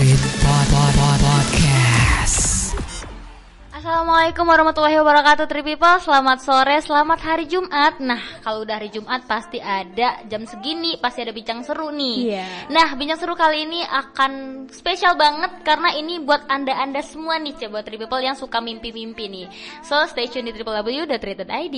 Treat Podcast. Assalamualaikum warahmatullahi wabarakatuh, Tri People. Selamat sore, selamat hari Jumat. Nah, kalau udah hari Jumat pasti ada jam segini, pasti ada bincang seru nih. Nah, bincang seru kali ini akan spesial banget karena ini buat anda semua nih, buat Tri People yang suka mimpi-mimpi nih. So, stay tune di www.treated.id.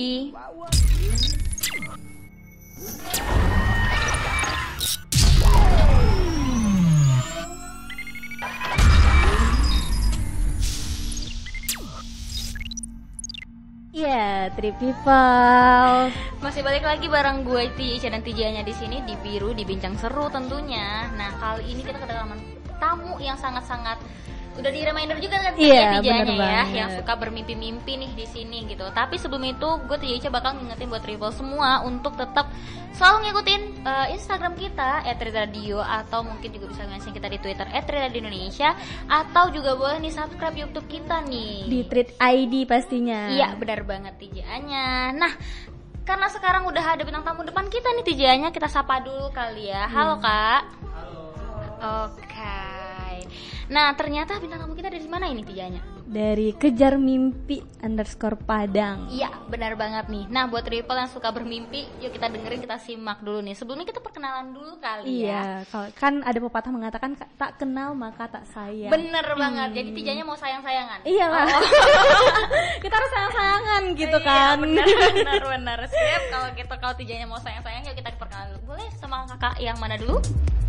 Ya, Tri People. Masih balik lagi bareng gue Ica dan Tijanya di sini di Biru di Bincang Seru tentunya. Nah, kali ini kita kedatangan tamu yang sangat-sangat udah di reminder juga kan Tijanya ya, yang suka bermimpi-mimpi nih di sini gitu. Tapi sebelum itu gue Ica bakal ngingetin buat Tri People semua untuk tetap selalu ngikutin Instagram kita @treadradio, atau mungkin juga bisa mention kita di Twitter @treadradio_Indonesia, atau juga boleh nih subscribe YouTube kita nih Di Treat ID pastinya. Iya, benar banget Tijanya. Nah, karena sekarang udah ada bintang tamu depan kita nih Tijanya, kita sapa dulu kali ya. Halo Kak. Halo. Oke. Nah, ternyata bintang tamu kita dari mana ini Tijanya? Dari Kejar Mimpi _Padang. Iya, benar banget nih. Nah, buat Triple yang suka bermimpi, yuk kita dengerin, kita simak dulu nih. Sebelumnya kita perkenalan dulu kali ya. Iya, kan ada pepatah mengatakan tak kenal maka tak sayang. Bener banget. Jadi Tijanya mau sayang-sayangan. Iyalah. Kita harus sayang-sayangan gitu Iya, kan. benar. Sip, kalau gitu kalau Tijanya mau sayang-sayang, yuk kita perkenalan dulu. Boleh sama kakak yang mana dulu?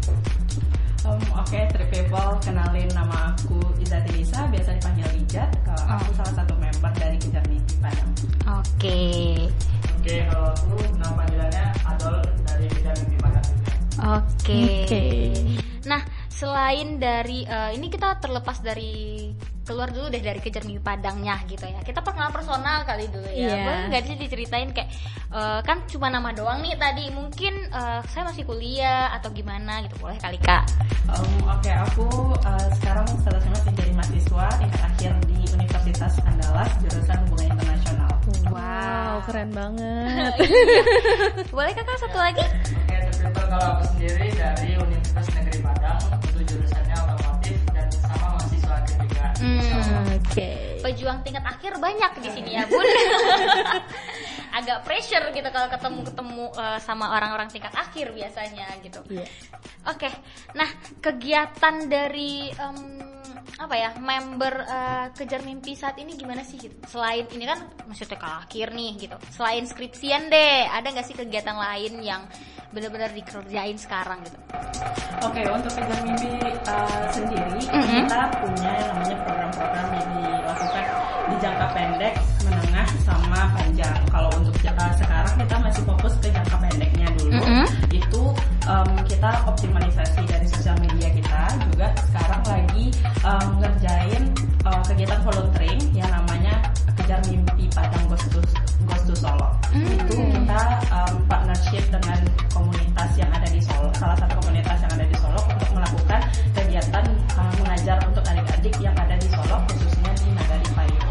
Oke, Tri People, kenalin nama aku Izzati Lisa, biasa dipanggil Ijat. Kalau aku salah satu member dari Kejar Mimpi Padang. Oke, kalau aku nama panggilannya Adol dari Kejar Mimpi Padang. Oke. Oke. Nah, selain dari ini kita terlepas dari keluar dulu deh dari Kejar Mimpi Padangnya gitu ya. Kita perkenalan personal kali dulu ya. Iya. Boleh nggak sih diceritain kayak kan cuma nama doang nih tadi. Mungkin saya masih kuliah atau gimana gitu. Boleh kali Kak. Oke, aku sekarang statusnya masih jadi mahasiswa tingkat akhir di Universitas Andalas jurusan Hubungan Internasional. Wow, keren banget. Boleh Kakak satu lagi? Oke, Tri People, kalau aku sendiri dari Universitas Negeri Padang, untuk jurusannya otomotif dan sama mahasiswa akhir juga. Oke. Pejuang tingkat akhir banyak di sini ya Bun. Agak pressure gitu kalau ketemu sama orang-orang tingkat akhir biasanya gitu. Iya. Oke, nah kegiatan dari member Kejar Mimpi saat ini gimana sih gitu? Selain ini kan masih TK akhir nih gitu. Selain skripsian deh, ada nggak sih kegiatan lain yang benar-benar dikerjain sekarang gitu? Oke, untuk Kejar Mimpi sendiri kita punya yang namanya program-program yang dilakukan di jangka pendek, menengah, sama panjang. Kalau untuk sekarang kita masih fokus ke jangka pendeknya dulu. Itu kita optimalisasi dari sosial media kita. Juga sekarang lagi ngerjain kegiatan volunteering yang namanya Kejar Mimpi Padang Ghost to Solo. Itu kita partnership dengan komunitas yang ada di Solo, salah satu komunitas yang ada di Solo, untuk melakukan kegiatan mengajar untuk adik-adik yang ada di Solo, khususnya di Nagari Payung.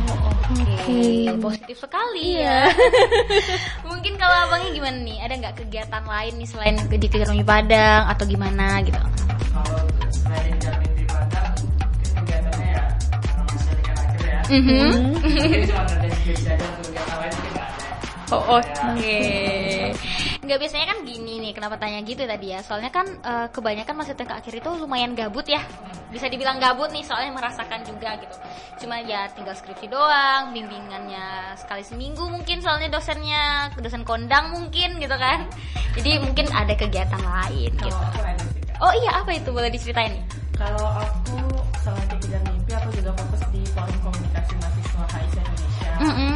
Oke, positif sekali ya. Mungkin kalau abangnya gimana nih? Ada nggak kegiatan lain nih selain di Kejar Mimpi Padang atau gimana gitu? Kalau selain Kejar Mimpi Padang, kegiatannya ya masih tingkat akhir ya. Tapi cuma ada skripsi aja, untuk kegiatan lain mungkin nggak ada. Oke. Nggak, biasanya kan gini nih, kenapa tanya gitu tadi ya? Soalnya kan kebanyakan masih tingkat akhir itu lumayan gabut ya. Bisa dibilang gabut nih, soalnya merasakan juga gitu. Cuma ya tinggal skripsi doang, bimbingannya sekali seminggu mungkin, soalnya dosen kondang mungkin gitu kan. Jadi mungkin ada kegiatan lain gitu. Kalau aku ada sih, Kak. Oh iya, apa itu? Boleh diceritain nih? Kalau aku selain di Kejar Mimpi, aku juga fokus di forum komunikasi mahasiswa HIS Indonesia.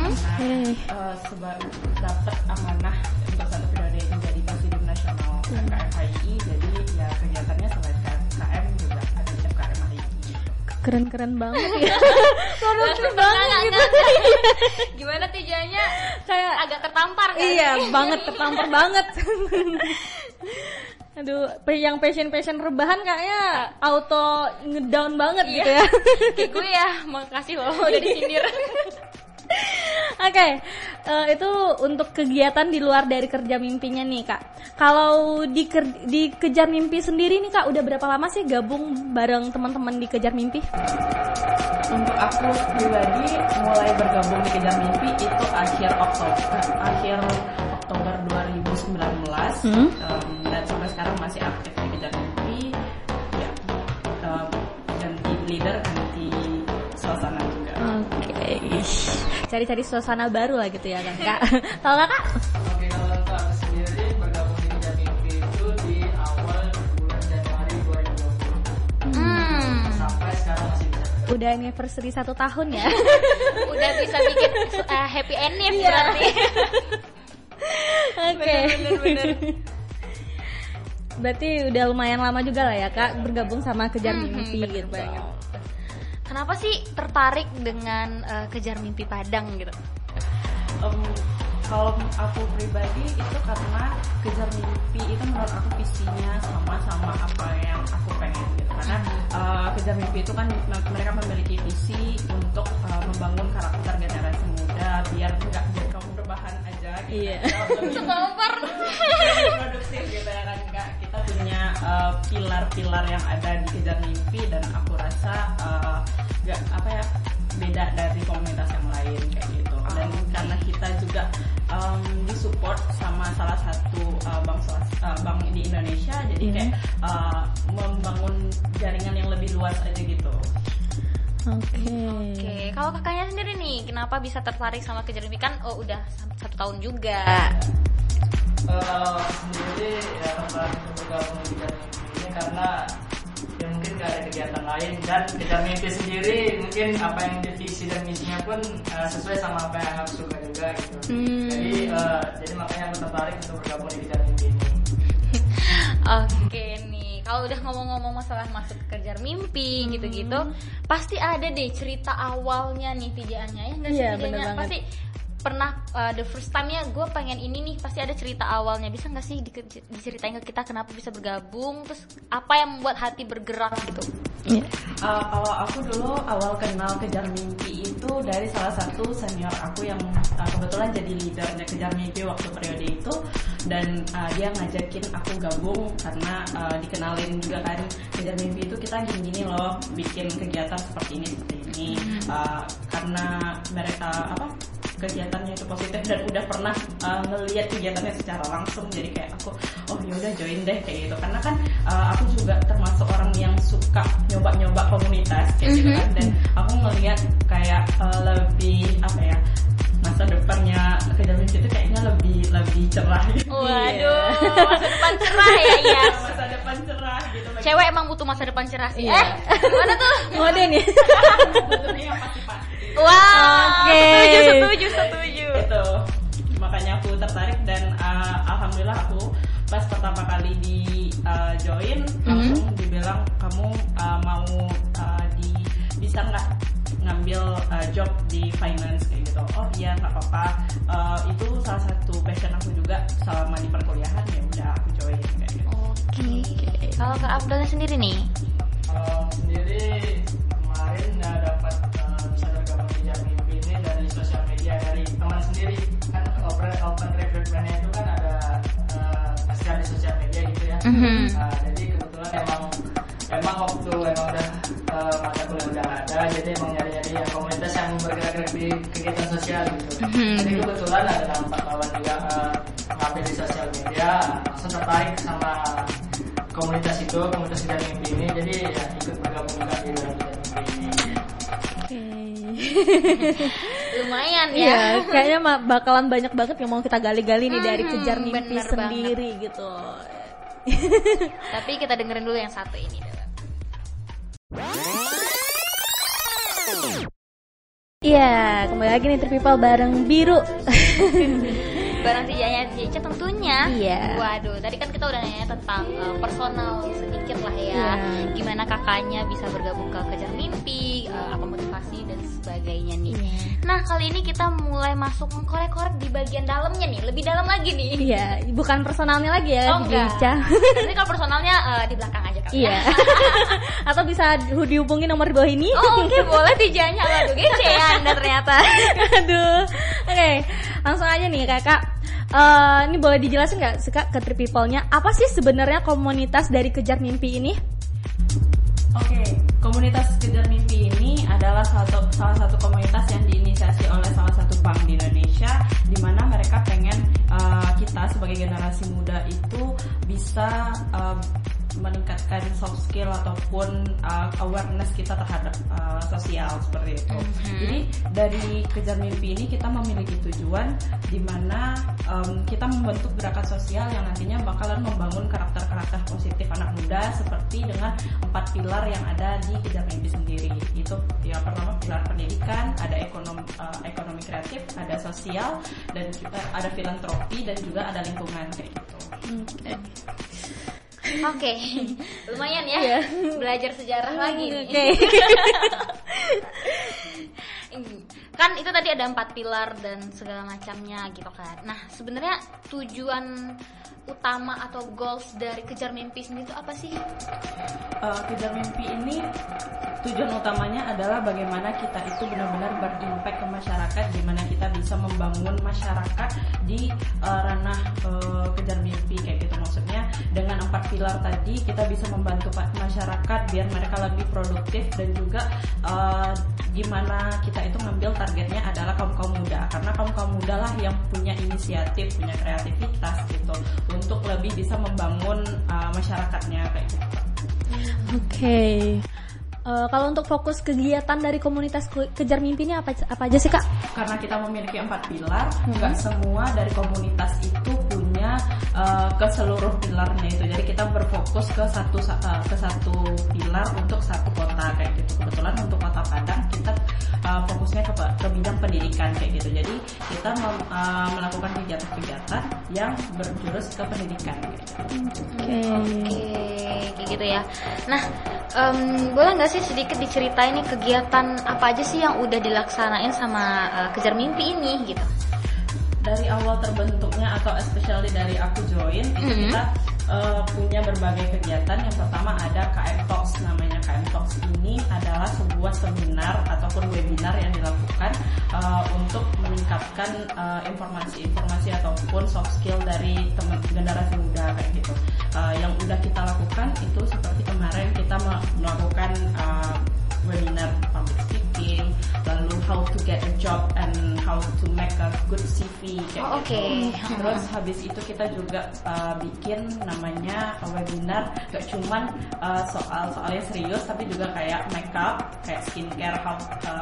Karena dapat amanah untuk satu periode menjadi presidium nasional FKM HII. Jadi ya kegiatannya selain KM juga ada di FKM HII. Keren-keren banget ya. Produktif banget gitu. Gimana Tijanya? Kayak Agak tertampar kan? iya, banget tertampar banget. Aduh, yang passion rebahan kayaknya auto ngedown banget gitu ya. Kayak gue ya, makasih loh udah disindir. Oke, itu untuk kegiatan di luar dari kerja mimpinya nih Kak. Kalau di Kejar Mimpi sendiri nih Kak, udah berapa lama sih gabung bareng teman-teman di Kejar Mimpi? Untuk aku pribadi mulai bergabung di Kejar Mimpi itu akhir Oktober 2019 dan sampai sekarang masih aktif di Kejar Mimpi ya, ganti leader, ganti suasana juga. Oke. Cari-cari suasana baru lah gitu ya kan Kak. Kalau Kakak? Oke, kalau untuk aku sendiri bergabung di Kejar Mimpi itu di awal bulan Januari 2020 sampai sekarang masih bisa. Udah anniversary 1 tahun ya. Udah bisa bikin happy ending berarti. Oke. Bener. Berarti udah lumayan lama juga lah ya Kak bergabung sama Kejar Mimpi bener gitu. banget. Kenapa sih tertarik dengan Kejar Mimpi Padang gitu? Kalau aku pribadi itu karena Kejar Mimpi itu menurut aku visinya sama apa yang aku pengen gitu. Karena Kejar Mimpi itu kan mereka memiliki visi untuk membangun karakter generasi muda biar nggak jadi kaum rebahan aja gitu. Iya. Super. Produktif gitu ya kan. Kita punya pilar-pilar yang ada di Kejar Mimpi dan aku rasa beda dari komunitas yang lain kayak gitu. Dan karena kita juga disupport sama salah satu bank di Indonesia, jadi kayak membangun jaringan yang lebih luas aja gitu. Oke. Kalau kakaknya sendiri nih, kenapa bisa tertarik sama Kejar Mimpi? Kan udah 1 tahun juga. Kalau sendiri ya tertarik untuk bergabung di Kejar Mimpi ini karena ya mungkin gak ada kegiatan lain, dan Kejar Mimpi sendiri mungkin apa yang di visi dan misinya pun sesuai sama apa yang aku suka juga gitu. Jadi makanya aku tertarik untuk bergabung di Kejar Mimpi ini. Oke nih, kalau udah ngomong-ngomong masalah masuk ke Kejar Mimpi gitu-gitu, pasti ada deh cerita awalnya nih Tijaannya ya nggak sih? Iya, Tijanya bener banget. pasti pernah the first time-nya gue pengen ini nih, pasti ada cerita awalnya. Bisa nggak sih diceritain ke kita kenapa bisa bergabung, terus apa yang membuat hati bergerak gitu? Kalau aku dulu awal kenal Kejar Mimpi itu dari salah satu senior aku yang kebetulan jadi leadernya Kejar Mimpi waktu periode itu, dan dia ngajakin aku gabung karena dikenalin juga kan Kejar Mimpi itu kita gini-gini loh, bikin kegiatan seperti ini. Karena mereka kegiatannya itu positif dan udah pernah ngelihat kegiatannya secara langsung, jadi kayak aku yaudah join deh kayak gitu. Karena kan aku juga termasuk orang yang suka nyoba-nyoba komunitas kayak gitu kan, dan aku ngelihat kayak lebih masa depannya Kejar Mimpi itu kayaknya lebih cerah gitu. Waduh, masa depan cerah ya. Masa depan cerah gitu. Cewek emang butuh masa depan cerah sih. Iya. Gimana tuh? Mode nih. Butuhnya yang pasti-pasti. Wah, Oke. setuju. Itu makanya aku tertarik, dan alhamdulillah aku pas pertama kali di join langsung dibilang kamu mau bisa nggak ngambil job di finance kayak gitu. Oh iya nggak apa-apa, itu salah satu passion aku juga selama di perkuliahan, ya udah aku join kayak gitu. Oke. Kalau Kak Abdullah sendiri nih? Kalau sendiri kemarin dapat bisa bergabung di Kejar Mimpi ini dari sosial media, dari teman sendiri. Kan open recruitment-nya itu kan ada pasti ada sosial media gitu ya. Jadi kebetulan emang waktu udah mata kuliah udah ada, jadi emang nyari-nyari komunitas yang bergerak-gerak di kegiatan sosial gitu. Jadi kebetulan ada nampak kawan juga ngambil di sosial media, langsung tertarik sama komunitas Kejar Mimpi ini, jadi ya ikut bergabung juga di dalam Kejar Mimpi ini. Lumayan ya. Iya, kayaknya bakalan banyak banget yang mau kita gali-gali nih dari Kejar Mimpi bener sendiri gitu. Tapi kita dengerin dulu yang satu ini dulu. Iya, kembali lagi nih Tripipal bareng Biru. Barang Tijanya Cica tentunya. Iya. Waduh, tadi kan kita udah nanya tentang personal sedikit lah ya. Iya. Gimana kakaknya bisa bergabung ke Kejar Mimpi, apa motivasi dan sebagainya nih. Iya. Nah, kali ini kita mulai masuk mengkorek-korek di bagian dalamnya nih, lebih dalam lagi nih. Iya, bukan personalnya lagi ya, Oh enggak. Cica. Nanti kalau personalnya di belakang aja Iya. Atau bisa dihubungi nomor di bawah ini. Oh oke, boleh Tijanya. Waduh gece ya Anda ternyata. Aduh. Oke, langsung aja nih Kakak. Ini boleh dijelasin nggak sih Kak ke Trip People-nya, apa sih sebenarnya komunitas dari Kejar Mimpi ini? Oke, komunitas Kejar Mimpi ini adalah salah satu komunitas yang diinisiasi oleh salah satu bank di Indonesia, di mana mereka pengen kita sebagai generasi muda itu bisa meningkatkan soft skill ataupun awareness kita terhadap sosial seperti itu. Jadi dari Kejar Mimpi ini kita memiliki tujuan di mana kita membentuk gerakan sosial yang nantinya bakalan membangun karakter-karakter positif anak muda seperti dengan 4 pilar yang ada di Kejar Mimpi sendiri. Itu yang pertama pilar pendidikan, ada ekonomi kreatif, ada sosial, dan juga ada filantropi, dan juga ada lingkungan kayak gitu. Oke, lumayan ya belajar sejarah lagi nih. Kan itu tadi ada 4 pilar dan segala macamnya gitu kan. Nah sebenarnya tujuan utama atau goals dari Kejar Mimpi sendiri itu apa sih? Kejar Mimpi ini tujuan utamanya adalah bagaimana kita itu benar-benar berimpact ke masyarakat, gimana kita bisa membangun masyarakat di ranah Kejar Mimpi kayak gitu. Maksudnya dengan 4 pilar tadi kita bisa membantu masyarakat biar mereka lebih produktif, dan juga gimana kita itu ngambil targetnya adalah kaum muda, karena kaum muda lah yang punya inisiatif, punya kreativitas gitu untuk lebih bisa membangun masyarakatnya kayak gitu. Oke. Kalau untuk fokus kegiatan dari komunitas Kejar Mimpi ini apa aja sih Kak? Karena kita memiliki 4 pilar, nggak semua dari komunitas itu punya ke seluruh pilarnya itu. Jadi kita berfokus ke satu pilar untuk satu kota kayak gitu. Kebetulan untuk Kota Padang kita fokusnya ke bidang pendidikan kayak gitu. Jadi kita melakukan kegiatan-kegiatan yang berjurus ke pendidikan kayak gitu. Oke, kayak gitu ya. Nah, boleh nggak sih sedikit diceritain nih kegiatan apa aja sih yang udah dilaksanain sama Kejar Mimpi ini gitu? Dari awal terbentuknya atau especially dari aku join itu kita punya berbagai kegiatan. Yang pertama ada KM Talks namanya. KM Talks ini adalah sebuah seminar ataupun webinar yang dilakukan untuk meningkatkan informasi-informasi ataupun soft skill dari teman generasi muda kayak gitu. Yang udah kita lakukan itu seperti kemarin kita melakukan webinar public speaking, lalu how to get a job and how to make a good CV kayak gitu. Terus habis itu kita juga bikin namanya webinar gak cuman soal-soalnya serius, tapi juga kayak makeup, kayak skincare, how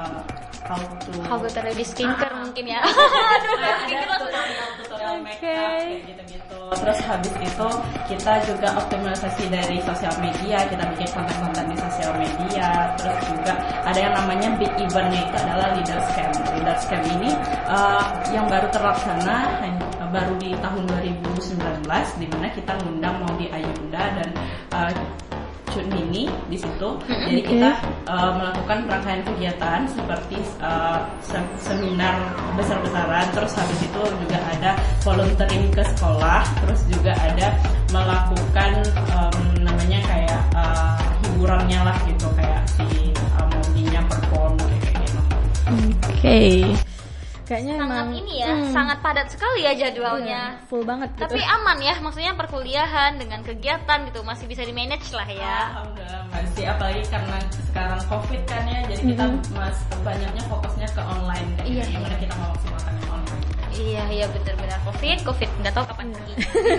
to ready skincare mungkin ya. Ada tutorial makeup kayak gitu-gitu. Terus habis itu kita juga optimalisasi dari sosial media, kita bikin konten-konten di sosial media. Terus juga ada yang namanya big eventnya, itu adalah Leaders Camp. Leaders Camp ini yang baru terlaksana baru di tahun 2019, di mana kita ngundang Maudi Ayunda dan Cun Nini di situ. Jadi kita melakukan rangkaian kegiatan seperti seminar besar-besaran. Terus habis itu juga ada volunteering ke sekolah. Terus juga ada melakukan namanya kayak hiburannya lah gitu, kayak si Maudinya perform kayak gitu. Oke. Kayaknya sangat emang ini ya, sangat padat sekali ya jadwalnya. Full banget gitu. Tapi aman ya, maksudnya perkuliahan dengan kegiatan gitu masih bisa di manage lah ya. Alhamdulillah masih, apalagi karena sekarang COVID kan ya, jadi kita banyaknya fokusnya ke online. Iya, gimana kita mau maksimalkan yang online. Iya benar-benar COVID nggak tahu kapan pergi.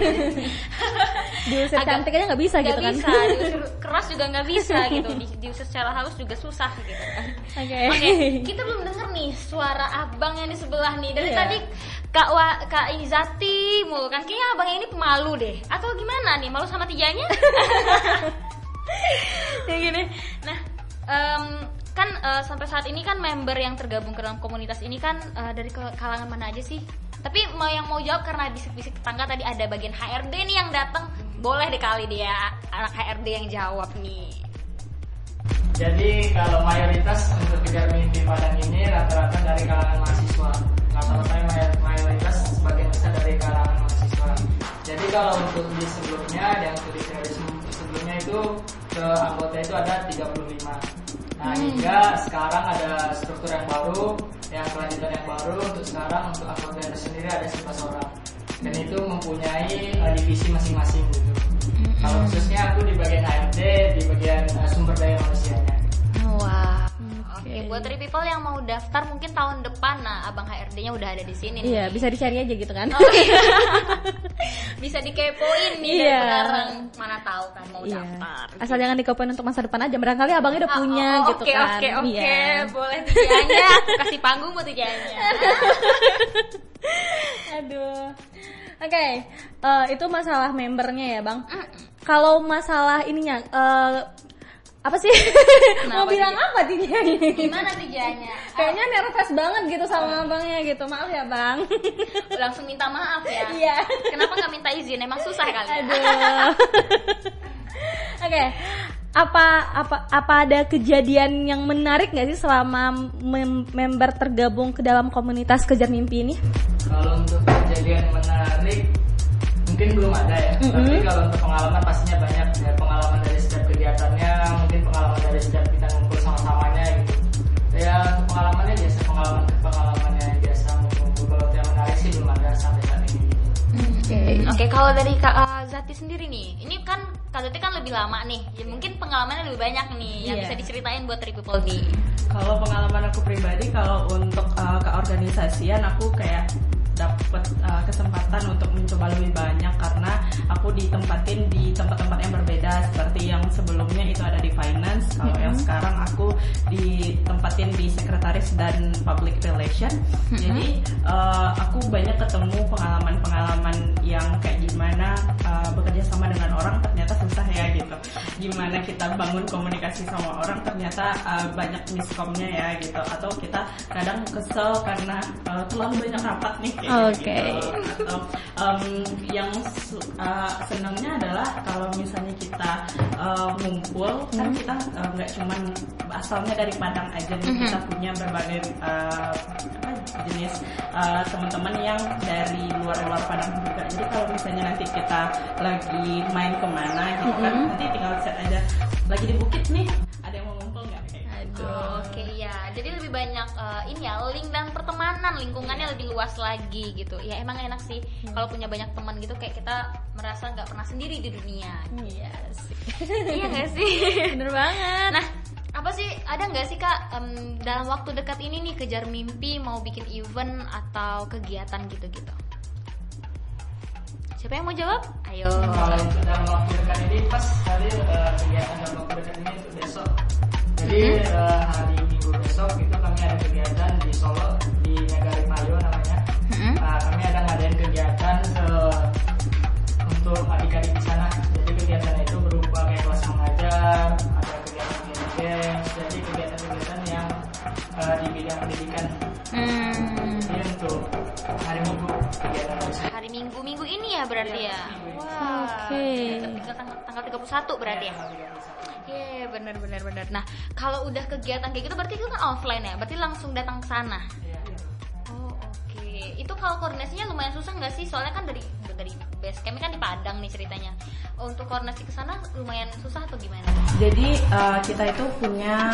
Diusir cantik aja nggak bisa gitu kan? Nggak bisa, diusir keras juga nggak bisa gitu. Diusir secara halus juga susah gitu. Oke, kita belum denger nih suara abang yang di sebelah nih. Dari tadi Kak Izati mulu kan, kayaknya abangnya ini pemalu deh. Atau gimana nih, malu sama Tijanya? Kayak gini. Nah, kan sampai saat ini kan member yang tergabung ke dalam komunitas ini kan dari kalangan mana aja sih? Tapi yang mau jawab karena bisik-bisik tetangga tadi ada bagian HRD nih yang datang, boleh deh kali dia anak HRD yang jawab nih. Jadi kalau mayoritas untuk Kejar Mimpi Padang ini rata-rata dari kalangan mahasiswa. Rata-rata mayoritas sebagian besar dari kalangan mahasiswa. Jadi kalau untuk di sebelumnya dan studi teori sebelumnya dulunya itu ke anggota itu ada 35. Nah hingga sekarang ada struktur yang baru, yang kelanjutan yang baru. Untuk sekarang untuk anggota itu sendiri ada 11 orang dan itu mempunyai divisi masing-masing gitu. Kalau khususnya aku di bagian HRD, di bagian sumber daya manusianya. Wah. Oke, buat 3 people yang mau daftar mungkin tahun depan, nah abang HRD-nya udah ada di sini. Iya, bisa dicari aja gitu kan. Oh, iya. Bisa dikepoin nih dari sekarang. Mana tahu kan mau daftar. Asal jangan dikepoin untuk masa depan aja. Barangkali abangnya udah punya gitu kan. Oke. Boleh Tijanya. Aku kasih panggung buat Tijanya. Aduh. Oke, itu masalah membernya ya, Bang. Kalau masalah ininya apa sih? Mau bilang apa Tijanya? Gimana Tijanya? Kayaknya nervous banget gitu sama abangnya gitu. Maaf ya, Bang. Langsung minta maaf ya. Iya. Kenapa nggak minta izin? Emang susah kali. Aduh. Oke. Apa ada kejadian yang menarik nggak sih selama member tergabung ke dalam komunitas Kejar Mimpi ini? Kalau untuk kejadian menarik mungkin belum ada ya. Tapi kalau untuk pengalaman pastinya banyak ya. Pengalaman dari setiap kegiatannya, mungkin pengalaman dari setiap kita ngumpul sama-samanya gitu. Ya untuk pengalamannya biasa, pengalamannya biasa ngumpul. Kalau yang menarik sih belum ada sampai saat ini. Oke, kalau dari Kak Zati sendiri nih, ini kan Kak Zati kan lebih lama nih, ya, mungkin pengalamannya lebih banyak nih yang bisa diceritain buat 3 people nih. Kalau pengalaman aku pribadi, kalau untuk keorganisasian aku kayak dapat kesempatan untuk mencoba lebih banyak karena aku ditempatin di tempat-tempat yang berbeda. Seperti yang sebelumnya itu ada di finance, kalau yang sekarang aku ditempatin di sekretaris dan public relation. Jadi aku banyak ketemu pengalaman-pengalaman yang kayak gimana bekerja sama dengan orang ternyata susah ya gitu. Gimana kita bangun komunikasi sama orang ternyata banyak miskomnya ya gitu. Atau kita kadang kesel karena terlalu banyak rapat nih. Oke. Gitu. Yang senangnya adalah kalau misalnya kita ngumpul kan kita nggak cuman asalnya dari Padang aja nih, kita punya berbagai jenis teman-teman yang dari luar Padang juga. Jadi kalau misalnya nanti kita lagi main kemana gitu kan, nanti tinggal chat aja lagi di bukit nih, ada yang mau ngumpul nggak? Oke ya, jadi lebih banyak ini ya, link dan pertemanan, lingkungannya lebih luas lagi gitu. Ya emang enak sih kalau punya banyak teman gitu, kayak kita merasa nggak pernah sendiri di dunia. Iya sih. Iya nggak sih? Bener banget. Nah, apa sih, ada nggak sih Kak dalam waktu dekat ini nih Kejar Mimpi mau bikin event atau kegiatan gitu-gitu? Siapa yang mau jawab? Ayo. Kalau untuk dalam waktu dekat ini pas hari kegiatan dalam waktu dekat ini untuk besok. Jadi hari Minggu besok itu kami ada kegiatan di Solo, di Nagari Mayo namanya. Kami ada ngadain kegiatan untuk adik-adik di sana. Jadi kegiatan itu berupa kayak kelas mengajar, ada kegiatan games, jadi kegiatan-kegiatan yang di bidang pendidikan. Jadi untuk hari Minggu kegiatan besok. Hari Minggu ini ya berarti ya. Wah. Oke. Tanggal 31 berarti ya. Oke, benar. Nah, kalau udah kegiatan kayak gitu berarti itu kan offline ya? Berarti langsung datang ke sana. Oh, oke. Itu kalau koordinasinya lumayan susah nggak sih? Soalnya kan dari base camp kan di Padang nih ceritanya. Untuk koordinasi ke sana lumayan susah atau gimana? Jadi kita itu punya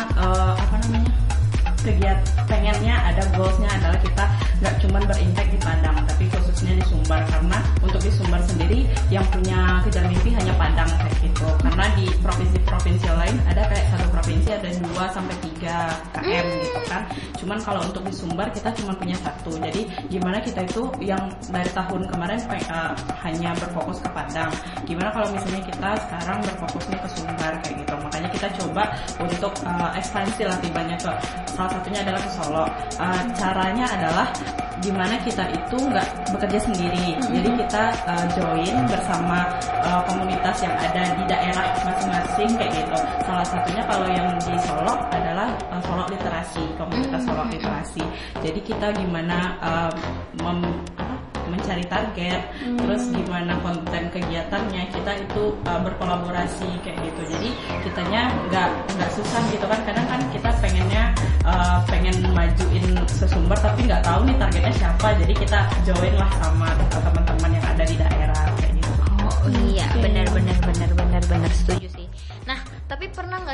pengennya ada goalsnya adalah kita nggak cuma berimpact di Padang, tapi khususnya di Sumbar, karena untuk di Sumbar sendiri yang punya Kejar Mimpi hanya Padang kayak gitu. Karena di provinsi-provinsi lain ada kayak satu provinsi ada 2-3 km gitu kan. Cuman kalau untuk di Sumbar kita cuma punya 1. Jadi gimana kita itu yang dari tahun kemarin hanya berfokus ke Padang. Gimana kalau misalnya kita sekarang berfokusnya ke Sumbar kayak gitu. Makanya kita coba untuk ekspansi lah tibanya ke salah satunya adalah ke Solo. Caranya adalah gimana kita itu nggak bekerja sendiri, jadi kita join bersama komunitas yang ada di daerah masing-masing kayak gitu. Salah satunya kalau yang di Solo adalah Solo Literasi, komunitas Solo Literasi. Jadi kita gimana mencari target, terus gimana konten kegiatannya, kita itu berkolaborasi kayak gitu. Jadi kitanya nggak susah gitu kan. Kadang kan kita pengen majuin sesumber tapi nggak tahu nih targetnya siapa. Jadi kita join lah sama teman-teman yang ada di daerah kayak gitu. Oh iya, benar setuju sih.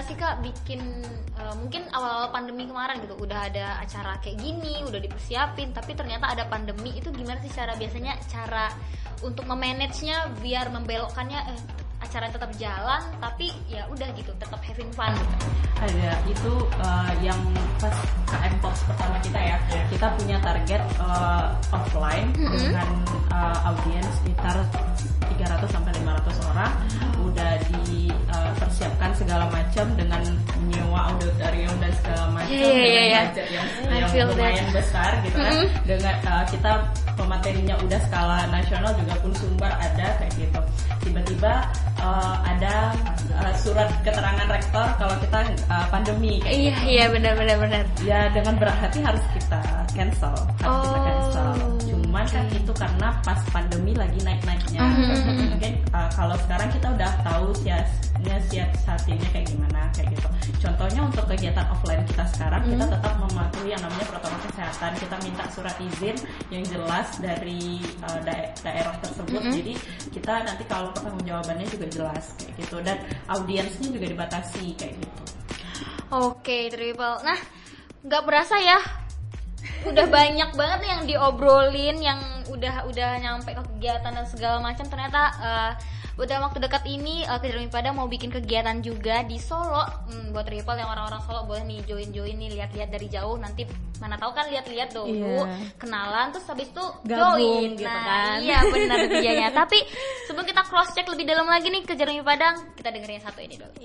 nggak sih Kak bikin mungkin awal-awal pandemi kemarin gitu udah ada acara kayak gini, udah dipersiapin, tapi ternyata ada pandemi, itu gimana sih biasanya cara untuk memanagenya biar membelokkannya acara tetap jalan tapi ya udah gitu tetap having fun gitu. Ada itu yang pas KM Pops pertama kita ya, kita punya target offline dengan audiens sekitar 300 sampai 500 orang, udah dipersiapkan segala macam dengan menyewa auditorium dan segala macam dengan budget yang lumayan besar gitu kan. Dengan kita pematerinya udah skala nasional juga pun sumber ada kayak gitu. Tiba-tiba ada surat keterangan rektor kalau kita pandemi kayak gitu. Iya benar. Ya dengan berat hati harus kita cancel, Cuman kan itu karena pas pandemi lagi naik-naiknya. Mungkin kalau sekarang kita udah tahu siasatinya kayak gimana kayak gitu. Contohnya untuk kegiatan offline kita sekarang kita tetap mematuhi yang namanya protokol kesehatan. Kita minta surat izin yang jelas dari daerah tersebut. Jadi kita nanti kalau pertanggungjawabannya juga jelas kayak gitu, dan audiensnya juga dibatasi kayak gitu. Oke, Triple. Nah, nggak berasa ya, udah banyak banget nih yang diobrolin, yang udah nyampe ke kegiatan dan segala macam. Ternyata udah waktu dekat ini Kejar Mimpi Padang mau bikin kegiatan juga di Solo. Buat Triple yang orang-orang Solo boleh nih join nih, lihat-lihat dari jauh. Nanti mana tahu kan lihat-lihat dulu, kenalan, terus habis itu join gitu nah, kan. Iya benar dianya. Tapi sebelum kita cross check lebih dalam lagi nih Kejar Mimpi Padang, kita dengerin satu ini dulu.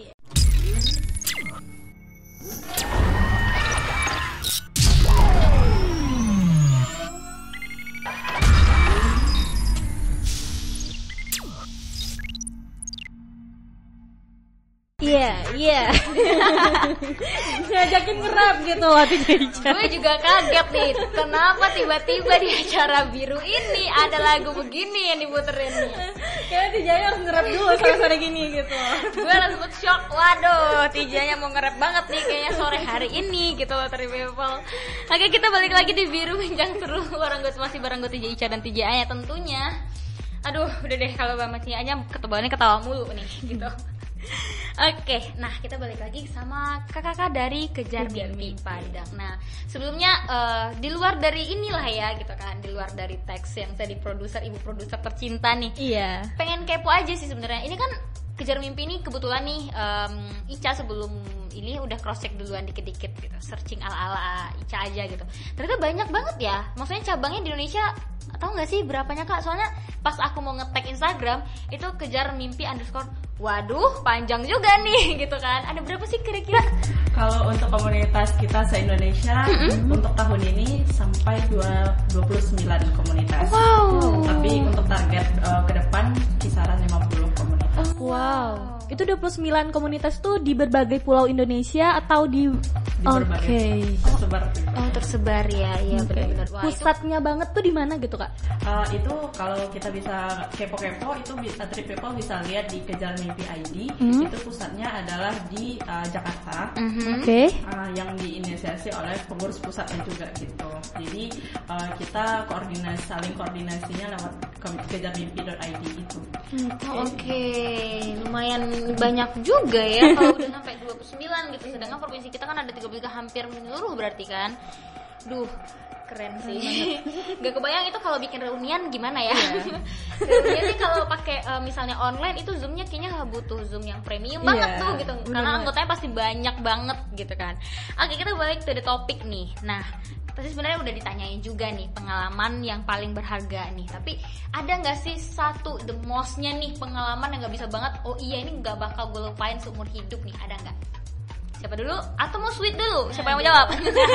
Iya. Ngajakin ngerap gitu loh Tija. Gue juga kaget nih, kenapa tiba-tiba di acara biru ini ada lagu begini yang diputerin nih. Kayaknya Tijanya harus ngerap dulu sore-sore gini gitu. Gue langsung shock, waduh Tijanya mau ngerap banget nih kayaknya sore hari ini gitu loh People. Oke, kita balik lagi di biru bincang seru masih bareng gue Tija Ica dan Tija Anya tentunya. Aduh, udah deh kalau sama Tija Anya ketebalannya ketawa mulu nih gitu. Oke, nah kita balik lagi sama kakak-kakak dari Kejar Mimpi Padang. Nah, sebelumnya di luar dari inilah ya gitu kan, di luar dari teks yang tadi ibu produser tercinta nih. Iya. Pengen kepo aja sih sebenarnya. Ini kan Kejar Mimpi ini kebetulan nih Ica sebelum ini udah cross check duluan dikit-dikit gitu, searching ala-ala Ica aja gitu. Ternyata banyak banget ya. Maksudnya cabangnya di Indonesia tahu nggak sih berapanya Kak? Soalnya pas aku mau nge-tag Instagram itu Kejar Mimpi _ waduh panjang juga nih gitu kan. Ada berapa sih kira-kira? Kalau untuk komunitas kita se-Indonesia untuk tahun ini sampai 29 komunitas. Wow. Tapi untuk target ke depan kisaran 50 komunitas. Wow. Itu 29 komunitas tuh di berbagai pulau Indonesia atau di berbagai tersebar. Tersebar ya, iya benar-benar. Wah, pusatnya banget tuh di mana gitu Kak? Itu kalau kita bisa kepo-kepo itu bisa People bisa lihat di Kejar Mimpi ID. Itu pusatnya adalah di Jakarta. Oke. Yang diinisiasi oleh pengurus pusatnya juga gitu. Jadi kita saling koordinasinya lewat kejarmimpi.id itu. Oke. Lumayan banyak juga ya kalau udah sampai 29 gitu. Sedangkan provinsi kita kan ada 33 hampir menyeluruh berarti kan. Duh, keren sih. Gak kebayang itu kalau bikin reunian gimana ya. Reunian sih kalau pakai misalnya online itu Zoom-nya kayaknya butuh Zoom yang premium banget tuh gitu. Karena anggotanya pasti banyak banget gitu kan. Oke, kita balik ke topik nih. Nah, pasti sebenarnya udah ditanyain juga nih pengalaman yang paling berharga nih. Tapi ada nggak sih satu the most-nya nih pengalaman yang nggak bisa banget? Oh iya, ini nggak bakal gue lupain seumur hidup nih. Ada nggak? Siapa dulu? Atau mau sweet dulu? Siapa yang mau jawab?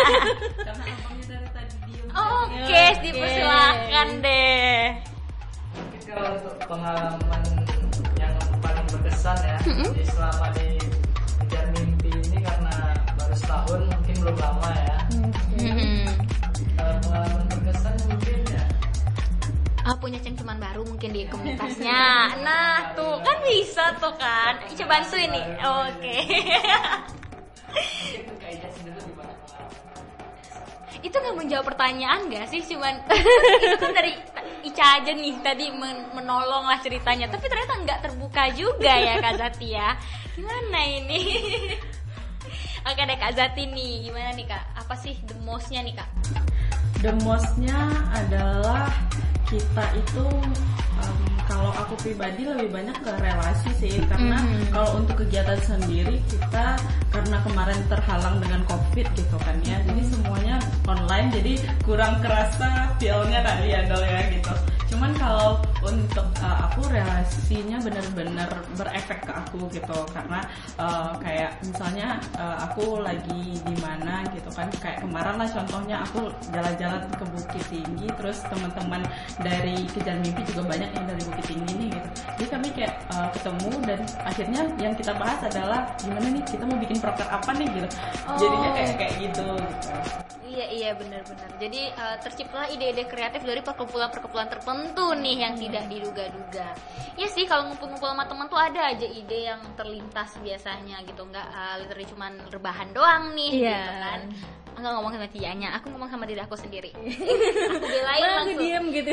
Oke, dipersilakan deh. Mungkin kalau untuk pengalaman yang paling berkesan ya selama di Kejar Mimpi ini karena baru setahun mungkin belum lama ya. Pengalaman berkesan mungkin ya punya cengkeman baru mungkin di komunitasnya. Nah tuh kan bisa tuh kan. Coba bantuin nih. Oke. mungkin kayaknya sendiri gimana? Itu nggak menjawab pertanyaan nggak sih? Cuman itu kan dari Ica aja nih tadi menolong lah ceritanya, tapi ternyata nggak terbuka juga ya Kak Zati ya. Gimana ini? Oke deh Kak Zati nih, gimana nih Kak? Apa sih the most-nya nih Kak? The most-nya adalah kita itu kalau aku pribadi lebih banyak ke relasi sih, karena kalau untuk kegiatan sendiri kita karena kemarin terhalang dengan COVID gitu kan ya, jadi semuanya online, jadi kurang kerasa feel-nya kali ya Dol ya gitu. Cuman kalau untuk aku relasinya benar-benar berefek ke aku gitu, karena kayak misalnya aku lagi di mana gitu kan, kayak kemarin lah contohnya aku jalan-jalan ke Bukit Tinggi, terus teman-teman dari Kejar Mimpi juga banyak yang dari Bukit Tinggi nih gitu. Jadi kami kayak ketemu dan akhirnya yang kita bahas adalah gimana nih kita mau bikin proker apa nih gitu. Jadinya kayak gitu. Iya benar-benar. Jadi terciptalah ide-ide kreatif dari perkumpulan-perkumpulan tertentu nih yang tidak diduga-duga. Iya sih, kalau ngumpul-ngumpul sama teman tuh ada aja ide yang terlintas biasanya gitu, nggak literally cuman rebahan doang nih gitu kan. Enggak ngomong sama Tianya, aku ngomong sama diri aku sendiri. Aku belain langsung. Aku diem gitu.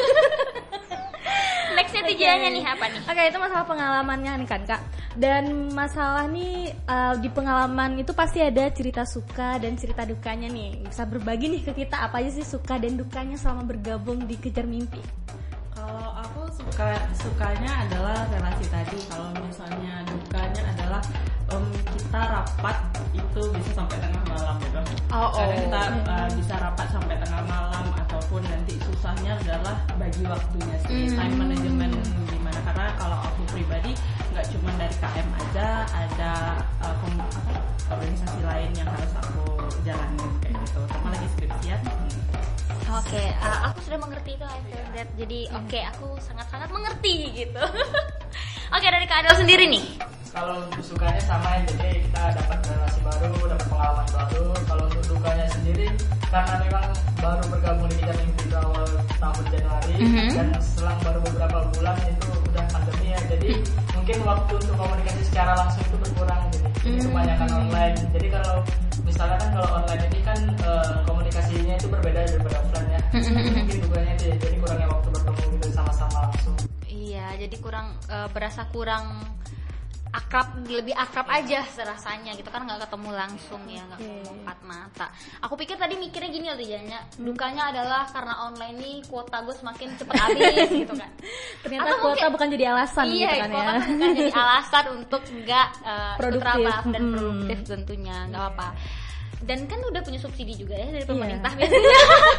Nextnya Tianya nih apa nih? Oke, itu masalah pengalamannya nih kan Kak. Dan masalah nih di pengalaman itu pasti ada cerita suka dan cerita dukanya nih. Bisa berbagi nih ke kita apa aja sih suka dan dukanya selama bergabung di Kejar Mimpi? Kalau aku sukanya adalah relasi tadi. Kalau misalnya dukanya adalah kita rapat itu bisa sampai tengah malam gitu. Kadang kita bisa rapat sampai tengah malam, ataupun nanti susahnya adalah bagi waktunya sih, time management gimana. Karena kalau aku pribadi nggak cuma dari KM aja, ada organisasi lain yang harus aku jalanin kayak gitu. Sama lagi skripsian. Oke, aku sudah mengerti itu, I feel that. Jadi aku sangat-sangat mengerti gitu. Oke, dari Kak Adel sendiri nih. Kalau untuk sukanya sama, jadi kita dapat relasi baru, dapat pengalaman baru. Kalau untuk dukanya sendiri, karena memang baru bergabung di Kejar Mimpi itu awal tahun Januari, dan selang baru beberapa bulan itu udah pandemi ya, jadi mungkin waktu untuk komunikasi secara langsung itu berkurang, jadi kebanyakan online. Jadi kalau misalnya kan kalau online ini kan komunikasinya itu berbeda daripada offline ya. Mungkin dukanya itu ya, jadi kurangnya waktu bertemu gitu sama-sama langsung. Iya, jadi berasa kurang akrab, lebih akrab aja serasanya gitu kan, nggak ketemu langsung ya, nggak ketemu empat mata. Aku pikir tadi mikirnya gini loh Tianya, dukanya adalah karena online nih kuota gue semakin cepat habis gitu kan. Ternyata atau kuota bukan jadi alasan gitu kan ya. Iya, kuota bukan jadi alasan untuk nggak produktif dan produktif tentunya, nggak apa-apa. Dan kan udah punya subsidi juga ya dari pemerintah biasanya.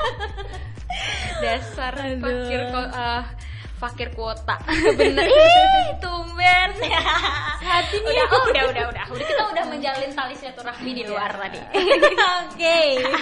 Dasar fakir kuota. Bener. Tumben. Hati nih. Udah kita udah menjalin tali silaturahmi di luar tadi. Oke.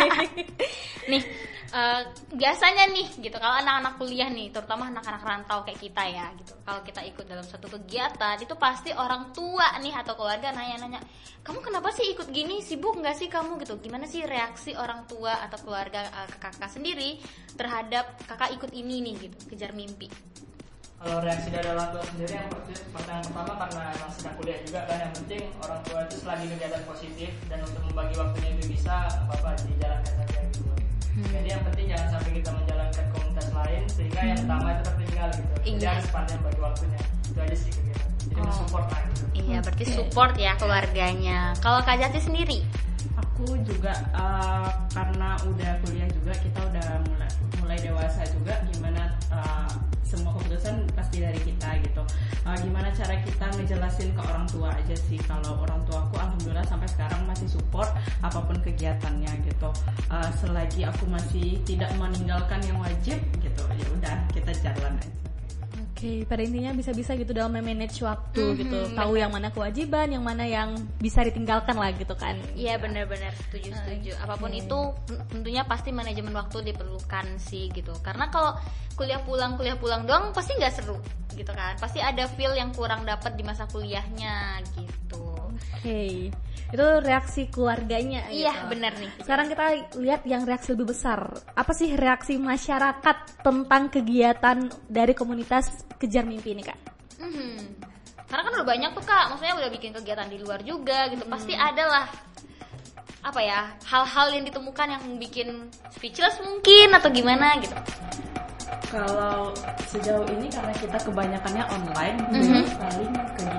Nih, biasanya nih gitu kalau anak-anak kuliah nih, terutama anak-anak rantau kayak kita ya gitu. Kalau kita ikut dalam suatu kegiatan, itu pasti orang tua nih atau keluarga nanya-nanya, "Kamu kenapa sih ikut gini? Sibuk enggak sih kamu?" gitu. Gimana sih reaksi orang tua atau keluarga kakak sendiri terhadap kakak ikut ini nih gitu, Kejar Mimpi? Kalau reaksi dari orang tua sendiri yang pertama karena emang sedang kuliah juga kan, yang penting orang tua itu selagi kegiatan positif dan untuk membagi waktunya itu bisa, apa-apa dijalankan saja gitu. Jadi yang penting jangan sampai kita menjalankan komunitas lain sehingga yang utama itu tertinggal gitu. Jadi harus pandai bagi waktunya. Itu aja sih kegiatan. Jadi mensupport lah gitu. Iya, berarti support ya keluarganya. Kalau Kak Jati sendiri? Aku juga karena udah kuliah juga, kita udah mulai dewasa juga, gimana semua keputusan pasti dari kita gitu. Gimana cara kita ngejelasin ke orang tua aja sih. Kalau orang tua aku alhamdulillah sampai sekarang masih support apapun kegiatannya gitu. Selagi aku masih tidak meninggalkan yang wajib gitu, ya udah kita jalan aja. Oke, pada intinya bisa-bisa gitu dalam memanage waktu gitu, tahu yang mana kewajiban, yang mana yang bisa ditinggalkan lah gitu kan. Iya benar-benar setuju. Apapun itu tentunya pasti manajemen waktu diperlukan sih gitu. Karena kalau kuliah pulang doang pasti nggak seru gitu kan. Pasti ada feel yang kurang dapat di masa kuliahnya gitu. Oke, itu reaksi keluarganya. Iya gitu. Benar nih. Sekarang kita lihat yang reaksi lebih besar. Apa sih reaksi masyarakat tentang kegiatan dari komunitas Kejar Mimpi ini Kak? Karena kan udah banyak tuh Kak, maksudnya udah bikin kegiatan di luar juga gitu. Pasti adalah apa ya, hal-hal yang ditemukan yang bikin speechless mungkin atau gimana gitu. Kalau sejauh ini karena kita kebanyakannya online, jadi paling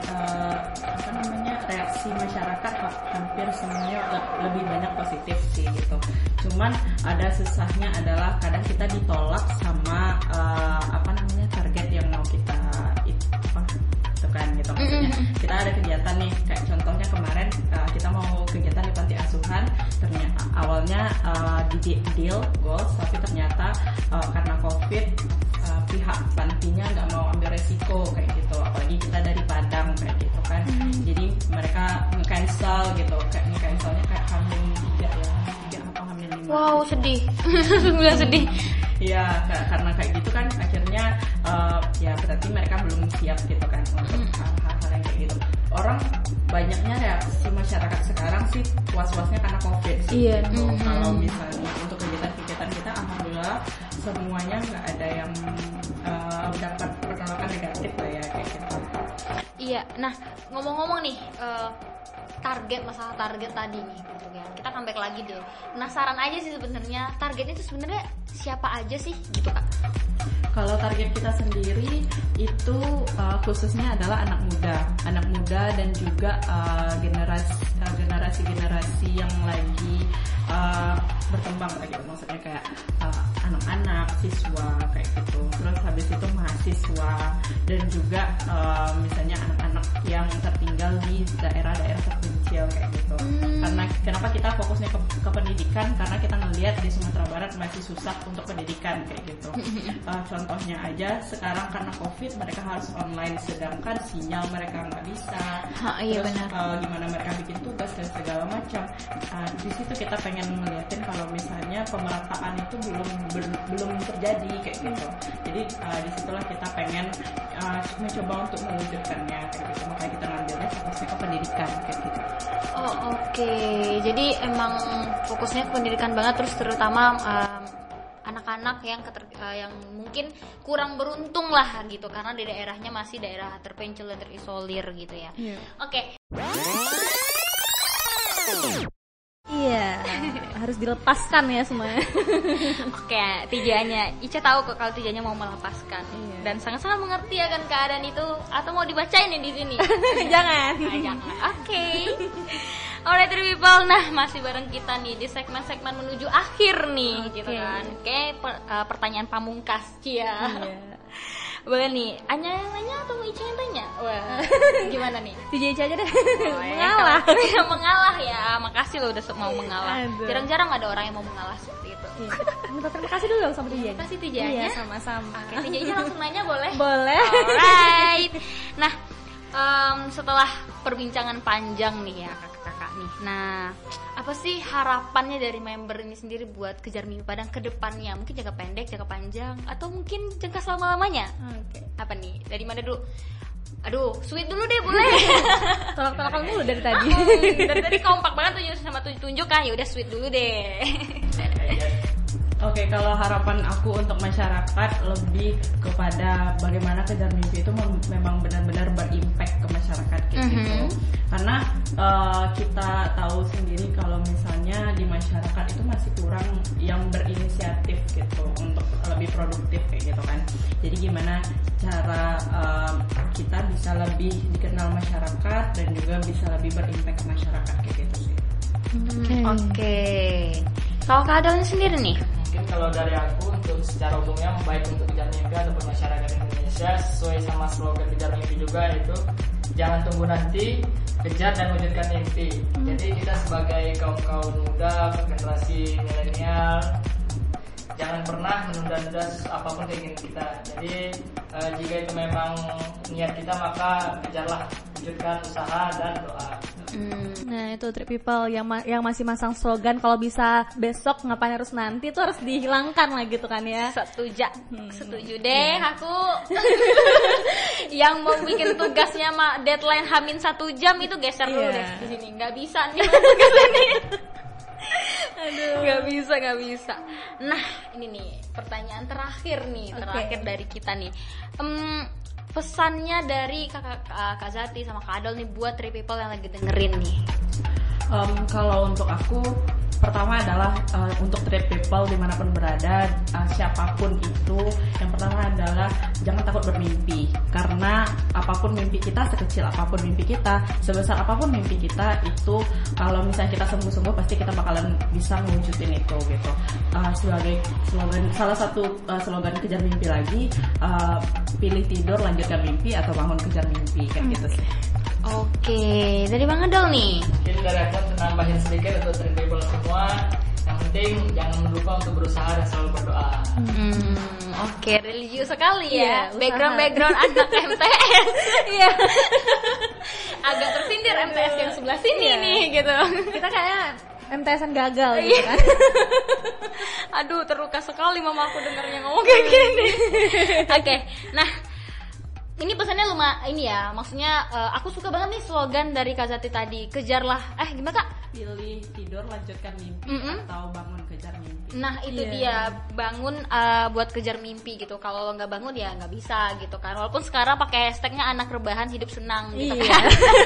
reaksi masyarakat hampir semuanya lebih banyak positif sih gitu. Cuman ada susahnya adalah kadang kita ditolak sama target yang mau kita itu kan gitu. Maksudnya kita ada kegiatan nih, kayak contohnya kemarin kita mau kegiatan di panti asuhan, ternyata awalnya di deal goals, tapi ternyata karena COVID pihak pantinya nggak mau ambil resiko kayak gitu, apalagi kita dari Padang kayak gitu kan. Jadi mereka nge-cancel gitu, kayak nge-cancelnya kayak hamil 3 apa hamil 5. Wow, sedih. Sungguh sedih. Iya, karena kayak gitu kan akhirnya ya berarti mereka belum siap gitu kan untuk hal-hal yang kayak gitu. Orang banyaknya reaksi masyarakat sekarang sih was-wasnya karena COVID sih. Iya. Gitu. Kalau misalnya untuk kegiatan-kegiatan kita alhamdulillah semuanya nggak ada yang dapat penolakan negatif lah ya kayak gitu. Iya, nah ngomong-ngomong nih masalah target tadi nih gitu ya. Kita comeback lagi deh. Penasaran aja sih sebenarnya targetnya itu sebenarnya siapa aja sih gitu Kak? Kalau target kita sendiri itu khususnya adalah anak muda dan juga generasi yang lagi berkembang kayak gitu, maksudnya kayak anak-anak, siswa kayak gitu. Terus habis itu mahasiswa dan juga misalnya anak-anak yang tertinggal di daerah-daerah terpencil kayak gitu. Karena kenapa kita fokusnya ke pendidikan? Karena kita ngelihat di Sumatera Barat masih susah untuk pendidikan kayak gitu. Contohnya aja sekarang karena COVID mereka harus online, sedangkan sinyal mereka nggak bisa. Iya, terus benar. gimana mereka bikin tugas dan segala macam. Di situ kita pengen ngeliatin kalau misalnya pemerataan itu belum terjadi kayak gitu. Jadi disitulah kita pengen mencoba untuk mewujudkannya kayak gitu. Makanya kita ngambilnya fokusnya ke pendidikan kayak gitu. Oh oke. Jadi emang fokusnya ke pendidikan banget, terus terutama anak-anak yang mungkin kurang beruntung lah gitu, karena di daerahnya masih daerah terpencil dan terisolir gitu ya. Oke. Iya, harus dilepaskan ya semuanya. Oke, tijanya Ica tahu kok kalau tijanya mau melepaskan. Dan sangat-sangat mengerti akan keadaan itu. Atau mau dibacain nih di sini? Jangan. Jangan. Oke. Alright people, nah masih bareng kita nih di segmen-segmen menuju akhir nih gitu kan. Kayak pertanyaan pamungkas Cia. Boleh nih, Anya yang nanya atau Ica yang tanya? Wah, gimana nih? DJ Ica aja deh. Mengalah. Mengalah ya, makasih lo udah mau mengalah. Jarang-jarang ada orang yang mau mengalah seperti itu. Minta terima kasih dulu dong sama DJ. Terima kasih DJ-nya. Iya, sama-sama. Oke, DJ-nya langsung nanya boleh? Boleh. Alright. Nah, setelah perbincangan panjang nih ya kakak-kakak nih. Nah, apa sih harapannya dari member ini sendiri buat Kejar Mimpi Padang ke depannya? Mungkin jangka pendek, jangka panjang, atau mungkin jangka selama-lamanya? Oke. Apa nih? Dari mana dulu? Aduh, sweet dulu deh boleh. Tolak-tolakan dulu dari tadi. Dari tadi kompak banget sama tunjuk kan. Ya udah sweet dulu deh. Oke, kalau harapan aku untuk masyarakat lebih kepada bagaimana Kejar Mimpi itu memang benar-benar berimpact ke masyarakat gitu. Karena kita tahu sendiri kalau misalnya di masyarakat itu masih kurang yang berinisiatif gitu untuk lebih produktif kayak gitu kan. Jadi gimana cara kita bisa lebih dikenal masyarakat dan juga bisa lebih berimpact ke masyarakat kayak gitu sih. Oke. Kalau keadaannya sendiri nih? Mungkin kalau dari aku untuk secara umumnya baik untuk Kejar Mimpi ataupun masyarakat Indonesia sesuai sama slogan Kejar Mimpi juga, yaitu jangan tunggu nanti, kejar dan wujudkan mimpi. Jadi kita sebagai kaum muda, generasi milenial, jangan pernah menunda-nunda apapun keinginan kita. Jadi jika itu memang niat kita, maka kejarlah, wujudkan usaha dan doa. Nah itu Trip People yang masih masang slogan kalau bisa besok ngapain harus nanti, itu harus dihilangkan lah gitu kan ya. Setuju deh aku. Yang mau bikin tugasnya deadline Hamin 1 jam itu geser dulu deh di sini. Nggak bisa nih tugasnya nih. Aduh, nggak bisa. Nah ini nih pertanyaan terakhir dari kita nih. Pesannya dari Kak Zati sama Kak Adol nih buat Trip People yang lagi dengerin nih. Kalau untuk aku pertama adalah untuk treat people dimanapun berada, siapapun itu, yang pertama adalah jangan takut bermimpi, karena apapun mimpi kita, sekecil apapun mimpi kita, sebesar apapun mimpi kita itu, kalau misalnya kita sungguh-sungguh pasti kita bakalan bisa mewujudin itu gitu. Sebagai slogan, salah satu slogan kejar mimpi lagi, pilih tidur lanjutkan mimpi atau bangun kejar mimpi, kayak gitu sih. Oke, dari Bang Adol nih. Mungkin dari aku nambahin sedikit untuk treat people semua. Yang penting jangan lupa untuk berusaha dan selalu berdoa. Oke, religius sekali ya. Iya, background anak MTS. Iya. Agak tersindir MTS yang sebelah sini nih gitu. Kita kayaknya MTS-an gagal gitu kan. Aduh, terluka sekali mama aku dengarnya ngomong kayak gini. Oke, nah ini pesannya ini ya, maksudnya aku suka banget nih slogan dari Kak Zati tadi, kejarlah, gimana Kak? Pilih tidur lanjutkan mimpi atau bangun kejar mimpi. Nah itu dia, bangun buat kejar mimpi gitu. Kalau lo nggak bangun ya nggak bisa gitu kan. Walaupun sekarang pakai hashtagnya anak rebahan hidup senang gitu kan.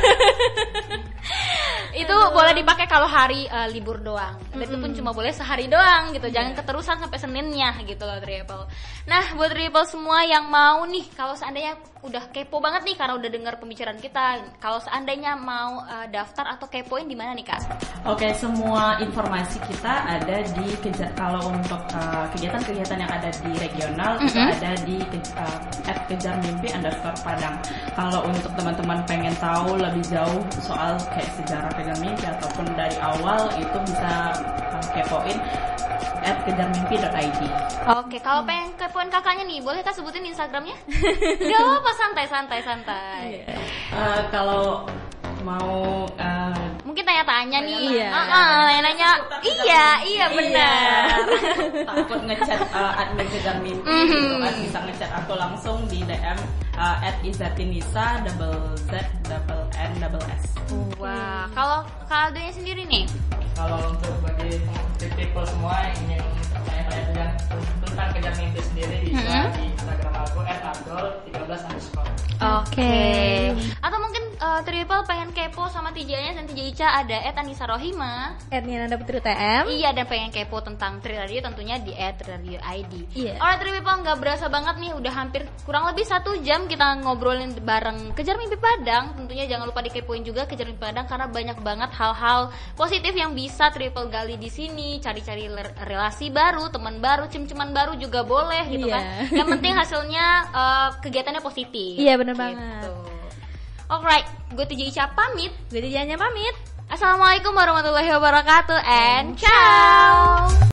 Itu boleh dipakai kalau hari libur doang. Dan itu pun cuma boleh sehari doang gitu. Jangan keterusan sampai Seninnya gitu loh Triple. Nah buat Triple semua yang mau nih, kalau seandainya udah kepo banget nih karena udah dengar pembicaraan kita, kalau seandainya mau daftar atau kepoin di mana nih Kak? Oke, semua informasi kita ada di kalau untuk kegiatan-kegiatan yang ada di regional itu ada di @kejarmimpi_Padang. Kalau untuk teman-teman pengen tahu lebih jauh soal kayak sejarah kejar mimpi ataupun dari awal, itu bisa kepoin @kejarmimpi.id. Oke, kalau pengen kepoin kakaknya nih, boleh Kak sebutin Instagramnya? Gak apa, santai. Kalau mau mungkin tanya-tanya nih, Iya. nanya-nanya, iya benar. takut ngechat admin kejar mimpi gitu kan, bisa ngechat aku langsung di DM @izatinisa _Z_N_S. Wah, kalau Kak Aldonya sendiri nih? Kalau untuk bagi people semua yang tanya-tanya tentang kejar mimpi sendiri, bisa di Instagram aku @abdol13_. Oke. Atau mungkin Triple pengen kepo sama TJ-nya dan TJ Ica, ada @Anissa_Rohima, @NianadaPutriTM. Iya, dan pengen kepo tentang Tri Radio tentunya di @radioid. Iya. Alright Triple, nggak berasa banget nih, udah hampir kurang lebih 1 jam kita ngobrolin bareng Kejar Mimpi Padang. Tentunya jangan lupa dikepoin juga Kejar Mimpi Padang, karena banyak banget hal-hal positif yang bisa Triple gali di sini. Cari-cari relasi baru, teman baru, cem-ceman baru juga boleh gitu kan. Yang penting hasilnya kegiatannya positif. Iya, bener gitu. banget. Alright, gue TJ Ica pamit. Gue Dijanya pamit. Assalamualaikum warahmatullahi wabarakatuh and ciao.